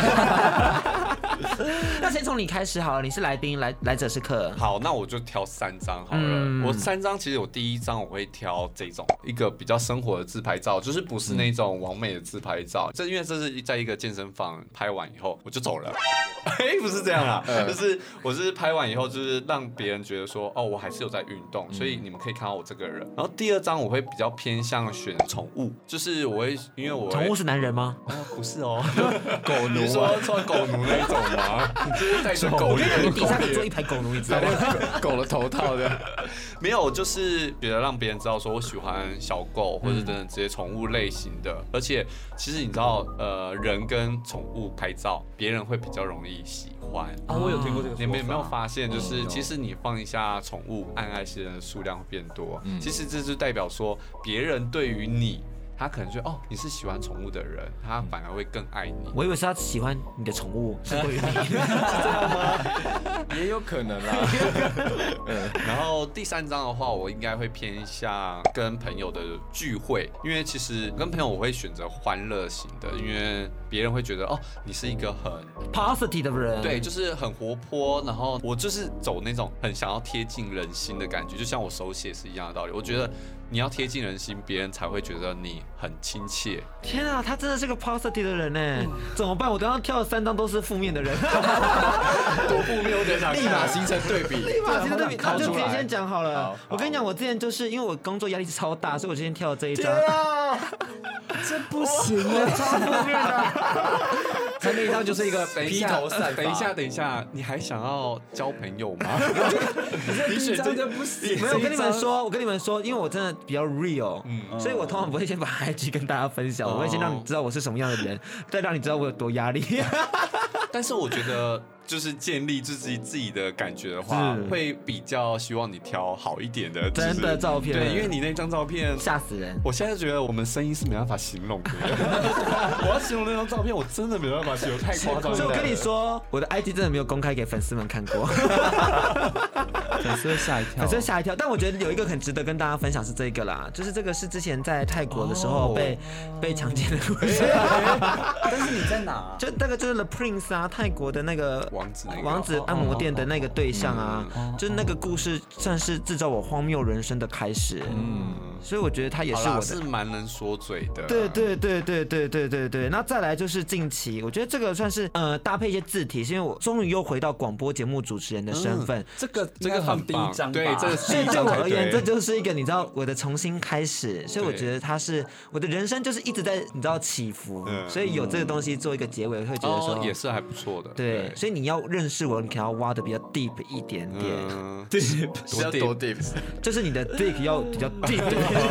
Speaker 2: 那先从你开始好了，你是来宾，来者是客。
Speaker 5: 好，那我就挑3张好了。我3张其实我第1张我会挑这种一个比较生活的自拍照，就是不是那种完美的自拍照。因为这是在一个健身房拍完以后我就走了。不是这样啊，就是我是拍完以后就是让别人觉得说我还是有在运动，所以你们可以看到我这个人。然后第2张我会比较偏向选宠物，就是我会因为我
Speaker 2: 宠物是男人吗？
Speaker 5: 不是哦，
Speaker 4: 狗奴。
Speaker 5: 你说穿狗奴那一种吗？你就是带着狗链，
Speaker 2: 你底下可以做一排狗奴，你知道吗？
Speaker 4: 狗的头套的。
Speaker 5: 没有，就是觉得让别人知道说我喜欢小狗或者等等这些宠物类型的。而且其实你知道，人跟宠物拍照，别人会比较容易喜欢。
Speaker 6: 我有听过这个说法。
Speaker 5: 你们有没有发现，就是其实你放一下宠物，按爱心人的数量会变多。其实这就代表说，别人对于你。他可能觉得你是喜欢宠物的人，他反而会更爱你。
Speaker 2: 我以为是他喜欢你的宠物，胜过于你，是
Speaker 4: 这样吗？也有可能啦。
Speaker 5: 然后第3张的话，我应该会偏向跟朋友的聚会，因为其实跟朋友我会选择欢乐型的，因为别人会觉得你是一个很
Speaker 2: positive 的人，
Speaker 5: 对，就是很活泼，然后我就是走那种很想要贴近人心的感觉，就像我手写是一样的道理。我觉得你要贴近人心，别人才会觉得你很亲切。
Speaker 2: 天啊，他真的是个 positive 的人呢，怎么办？我刚刚跳的3张都是负面的人，
Speaker 5: 多负面，我等一下
Speaker 4: 立马形成对比，
Speaker 2: 那就直接先讲好了。我跟你讲，我之前就是因为我工作压力超大，所以我之前跳了这一张。
Speaker 6: 这不行啊，
Speaker 2: 超负面的。
Speaker 4: 前面一张就是一个披头散发。
Speaker 5: 等一下，你还想要交朋友吗？
Speaker 6: 你选这个不行。
Speaker 2: 没有，我跟你们说，因为我真的比较 real，所以我通常不会先把 IG 跟大家分享，我会先让你知道我是什么样的人，再让你知道我有多压力。
Speaker 5: 但是我觉得，就是建立自己的感觉的话，会比较希望你挑好一点的
Speaker 2: 真的照片。
Speaker 5: 对，因为你那张照片
Speaker 2: 吓死人。
Speaker 5: 我现在觉得我们声音是没办法形容的。我要形容那张照片，我真的没办法形容，太夸张了。
Speaker 2: 所以我跟你说，我的 IG 真的没有公开给粉丝们看过。
Speaker 6: 粉丝会吓一跳，
Speaker 2: 粉丝会吓一跳。但我觉得有一个很值得跟大家分享是这个啦，就是这个是之前在泰国的时候被强奸的故事。
Speaker 6: 但是你在哪？
Speaker 2: 就那个就是 The Prince 啊，泰国的那个王子按摩店的那个对象啊，就是那个故事算是制造我荒谬人生的开始。所以我觉得他也是我的，
Speaker 5: 是蛮能说嘴的。
Speaker 2: 对。那再来就是近期，我觉得这个算是搭配一些字体，是因为我终于又回到广播节目主持人的身份。
Speaker 6: 这个很第1张，
Speaker 5: 对，这
Speaker 2: 所以对我而言，这就是一个你知道我的重新开始。所以我觉得它是我的人生，就是一直在你知道起伏。所以有这个东西做一个结尾，会觉得说
Speaker 5: 也是还不错的。
Speaker 2: 对，所以你要认识我，你可能要挖的比较 deep 一点点。
Speaker 4: 多 deep，
Speaker 2: 就是你的 dick 要比较 deep。
Speaker 6: 原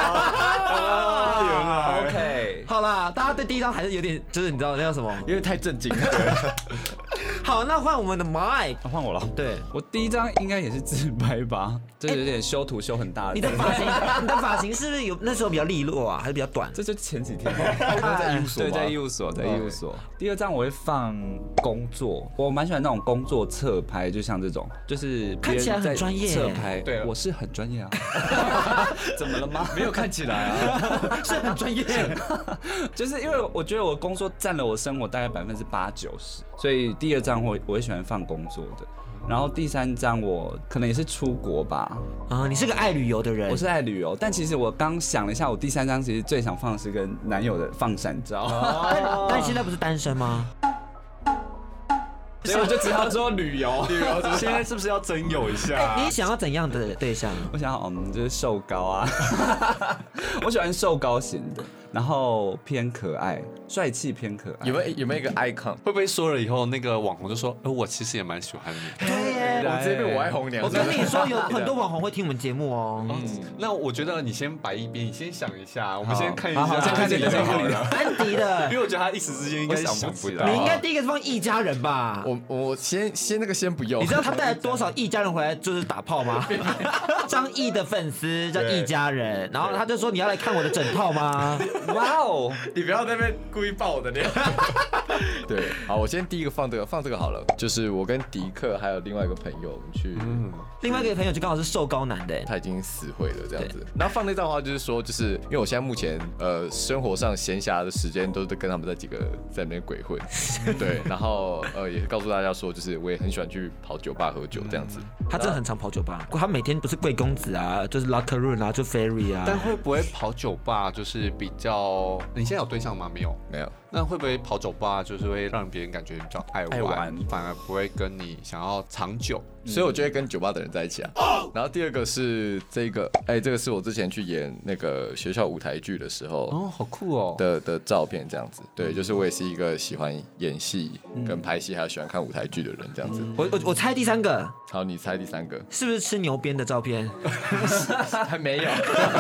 Speaker 6: 来
Speaker 2: OK， 好啦，大家对第1张还是有点，就是你知道那叫什么？
Speaker 4: 因为太震惊了。
Speaker 2: 好，那换我们的 Mike，
Speaker 6: 换我了。
Speaker 2: 对，
Speaker 6: 我第一张应该也是自拍吧，就是有点修图修很大的。
Speaker 2: 你的发型是不是有那时候比较利落啊，还是比较短？
Speaker 6: 这就前几天
Speaker 4: 在医务所吗？
Speaker 6: 对，在医务所，在医务所。第二张我会放工作，我蛮喜欢那种工作侧拍，就像这种，就是
Speaker 2: 看起来很专业。
Speaker 6: 侧拍，
Speaker 5: 对，
Speaker 6: 我是很专业啊。怎么了吗？
Speaker 4: 没有看起来啊，
Speaker 2: 是很专业。
Speaker 6: 就是因为我觉得我工作占了我生活大概80%-90%，所以第二张我会喜欢放工作的。然后第三张我可能也是出国吧。
Speaker 2: 啊，你是个爱旅游的人。
Speaker 6: 我是爱旅游，但其实我刚想了一下，我第三张其实最想放的是跟男友的放闪照。
Speaker 2: 但你现在不是单身吗？
Speaker 6: 所以我就只好说旅游。
Speaker 5: 现在是不是要征友一下？
Speaker 2: 你想要怎样的对象？
Speaker 6: 我想要就是瘦高啊，我喜欢瘦高型的，然后偏可爱、帅气偏可爱。
Speaker 4: 有没有一个 icon？
Speaker 5: 会不会说了以后那个网红就说，我其实也蛮喜欢你。
Speaker 2: 对耶，
Speaker 4: 我直接被我爱红娘。
Speaker 2: 我跟你说，有很多网红会听我们节目哦。
Speaker 5: 那我觉得你先摆一边，你先想一下，我们先看一下。
Speaker 6: 好，先看你的，先看你的。
Speaker 2: 安迪的，
Speaker 5: 因为我觉得他一时之间应该想不到。
Speaker 2: 你应该第一个是放一家人吧？
Speaker 4: 我先那个先不用。
Speaker 2: 你知道他带了多少一家人回来就是打炮吗？张译的粉丝叫一家人，然后他就说你要来看我的整套吗？
Speaker 6: 哇哦！
Speaker 4: 你不要在那边故意爆我的料。对，好，我先第一个放这个好了，就是我跟迪克还有另外一个朋友我们去，
Speaker 2: 另外一个朋友就刚好是瘦高男的，
Speaker 4: 他已经死会了这样子。然后放那张的话，就是说，就是因为我现在目前生活上闲暇的时间都是跟他们在那边鬼混，对，然后也告诉大家说，就是我也很喜欢去跑酒吧喝酒这样子。
Speaker 2: 他真的很常跑酒吧，他每天不是贵公子啊，就是 Locker Room 啊，就 Ferry 啊。
Speaker 5: 但会不会跑酒吧就是比较？你现在有对象吗？没有，
Speaker 4: 没有。
Speaker 5: 那会不会跑酒吧就是会让别人感觉比较爱玩，反而不会跟你想要长久？
Speaker 4: 所以我就会跟酒吧的人在一起啊。然后第二个是这个，这个是我之前去演那个学校舞台剧的时候，
Speaker 5: 好酷哦
Speaker 4: 的照片这样子。对，就是我也是一个喜欢演戏跟拍戏，还有喜欢看舞台剧的人这样子。
Speaker 2: 我猜第三个。
Speaker 4: 好，你猜第三个
Speaker 2: 是不是吃牛鞭的照片？
Speaker 4: 还没有。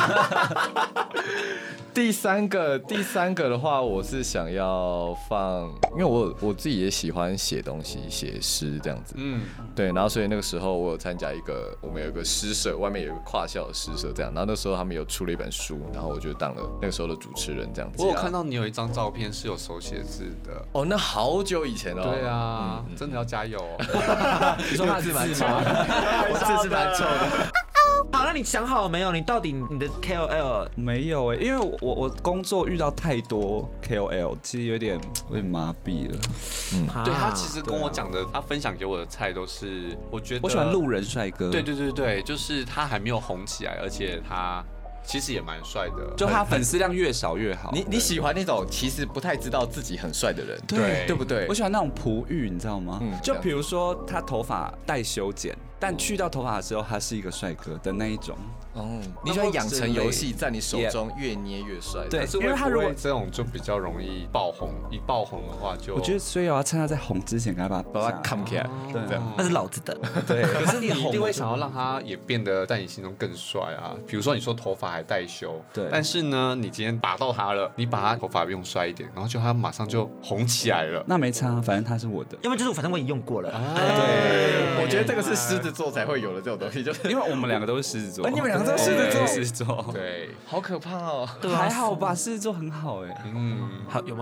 Speaker 4: 第三个的话，我是想要放，因为我自己也喜欢写东西、写诗这样子。对，然后所以那个时候我有参加我们有一个诗社，外面有一个跨校的诗社这样，然后那时候他们有出了一本书，然后我就当了那个时候的主持人这样子。
Speaker 5: 我有看到你有一张照片是有手写字的。
Speaker 4: 哦，那好久以前哦。
Speaker 5: 对啊，真的要加油哦。
Speaker 4: 你说他字蛮丑的，我字是蛮丑的。
Speaker 2: 好，那你想好了没有？你到底你的 KOL
Speaker 6: 没有因为我工作遇到太多 KOL， 其实有点麻痹了。
Speaker 5: 对，他其实跟我讲的，他分享给我的菜都是，我觉得
Speaker 6: 我喜欢路人帅哥。
Speaker 5: 对，就是他还没有红起来，而且他其实也蛮帅的，
Speaker 6: 就他粉丝量越少越好。
Speaker 4: 你喜欢那种其实不太知道自己很帅的人，对不对？
Speaker 6: 我喜欢那种璞玉，你知道吗？就比如说他头发待修剪，但去掉头发的时候，他是一个帅哥的那一种。
Speaker 4: 你喜欢养成游戏在你手中越捏越帅。
Speaker 6: 对，
Speaker 5: 因为他如果这种就比较容易爆红，一爆红的话就，
Speaker 6: 我觉得所以我要趁他在红之前，赶快把他
Speaker 4: 扛起来。对，
Speaker 2: 那是老子的。
Speaker 6: 对，
Speaker 5: 可是你一定会想要让他也变得在你心中更帅啊。比如说你说头发还待修，
Speaker 6: 对，
Speaker 5: 但是呢，你今天把到他了，你把他头发用帅一点，然后就他马上就红起来了。
Speaker 6: 那没差，反正他是我的。
Speaker 2: 因为就是反正我也用过了。
Speaker 4: 对，我觉得这个是狮子座才会有的这种东西，就是
Speaker 6: 因为我们两个都是狮子座。
Speaker 4: 你们两个都是狮
Speaker 6: 子座，
Speaker 4: 对，好可怕哦。
Speaker 6: 对，还好吧，狮子座很好
Speaker 2: 好有吗？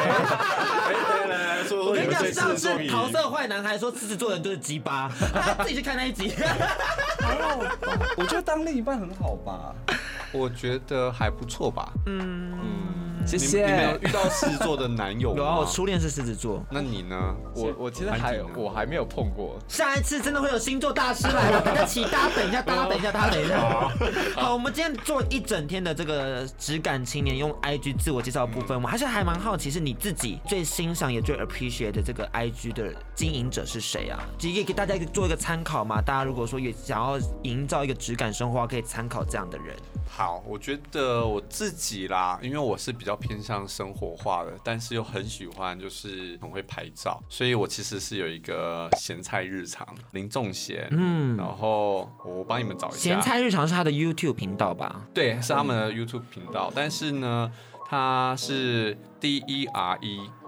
Speaker 5: 我
Speaker 2: 跟你讲，上次桃色坏男孩说狮子座人就是鸡巴，自己去看那一集。
Speaker 6: 还好吧，我觉得当另一半很好吧。
Speaker 5: 我觉得还不错吧。
Speaker 6: 谢谢。
Speaker 5: 你们有遇到狮子座的男友吗？
Speaker 2: 有啊，我初恋是狮子座。
Speaker 5: 那你呢？
Speaker 4: 我其实我还没有碰过。
Speaker 2: 下一次真的会有星座大师来了，大家等一下，大家等一下。好，我们今天做一整天的这个质感青年用 IG 自我介绍的部分，我还蛮好奇，是你自己最欣赏也最 appreciate 的这个 IG 的经营者是谁啊？其实也给大家做一个参考嘛。大家如果说也想要营造一个质感生活，可以参考这样的人。
Speaker 5: 好，我觉得我自己啦，因为我是比较偏向生活化的，但是又很喜欢，就是很会拍照，所以我其实是有一个咸菜日常林仲贤，然后我帮你们找一下。
Speaker 2: 咸菜日常是他的 YouTube 频道吧？
Speaker 5: 对，是他们的 YouTube 频道，但是呢，他是DERE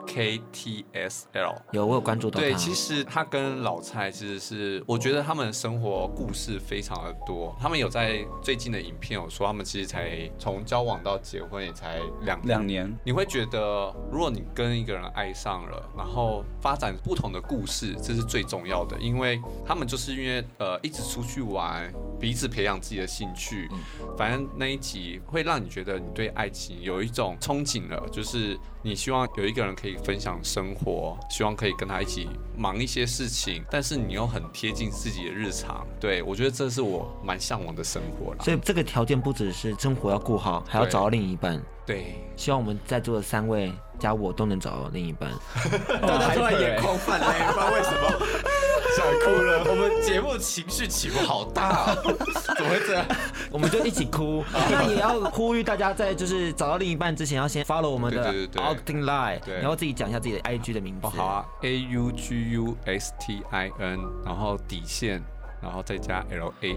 Speaker 5: KTSL。
Speaker 2: 有，我有关注到他。
Speaker 5: 对，其实他跟老蔡其实是，我觉得他们生活故事非常的多。他们有在最近的影片有说，他们其实才从交往到结婚也才2年。你会觉得，如果你跟一个人爱上了，然后发展不同的故事，这是最重要的，因为他们就是因为一直出去玩，彼此培养自己的兴趣。反正那一集会让你觉得你对爱情有一种憧憬了，就是你希望有一个人可以分享生活，希望可以跟他一起忙一些事情，但是你又很贴近自己的日常。对，我觉得这是我蛮向往的生活啦。
Speaker 2: 所以这个条件不只是生活要顾好，还要找到另一半。
Speaker 5: 对，
Speaker 2: 希望我们在座的3位加我都能找到另一半。
Speaker 5: 大家突然眼眶泛泪，不知道为什么。想哭了，我们节目情绪起伏好大、哦，怎么会这样？
Speaker 2: 我们就一起哭。那也要呼吁大家，在就是找到另一半之前，要先 follow 我们的 Acting Live， 然后自己讲一下自己的 IG 的名字。
Speaker 5: 好啊 ，AUGUSTIN， 然后底线。然后再加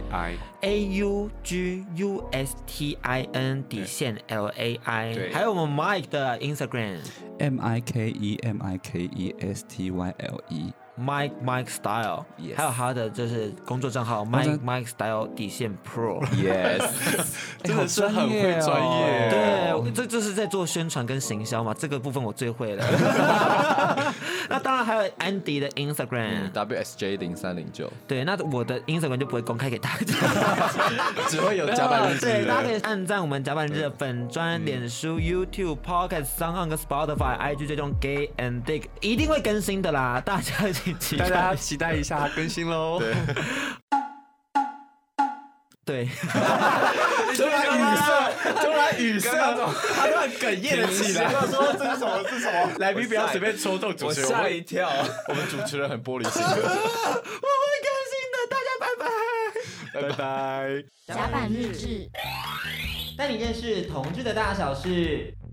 Speaker 5: LAI，AUGUSTIN 底线 LAI， 对，还有我们 Mike 的 Instagram
Speaker 6: MIKE，MIKESTYLE。Mike
Speaker 2: Style， 还有他的就是工作账号 Mike Style 底线 Pro，Yes，
Speaker 5: 真的是很会专业，
Speaker 2: 对，这是在做宣传跟行销嘛，这个部分我最会了。那当然还有 Andy 的 Instagram
Speaker 4: WSJ0309，
Speaker 2: 对，那我的 Instagram 就不会公开给大家，
Speaker 4: 只会有甲板日志。
Speaker 2: 对，大家可以按赞我们甲板日的粉专、脸书、YouTube、Podcast、SoundOn 跟 Spotify、IG 追踪 Gay and Dick， 一定会更新的啦，大家
Speaker 5: 大家期待一下更新喽。
Speaker 2: 对，
Speaker 5: 突然语塞，他突然哽咽了起来。说这是什么？是什么？来宾不要随便戳动主持人，
Speaker 6: 我吓一跳。
Speaker 4: 我们主持人很玻璃心。
Speaker 2: 我会更新的，大家拜拜，
Speaker 5: 拜拜。
Speaker 1: 甲板日志，
Speaker 2: 带你认识同志的大小事。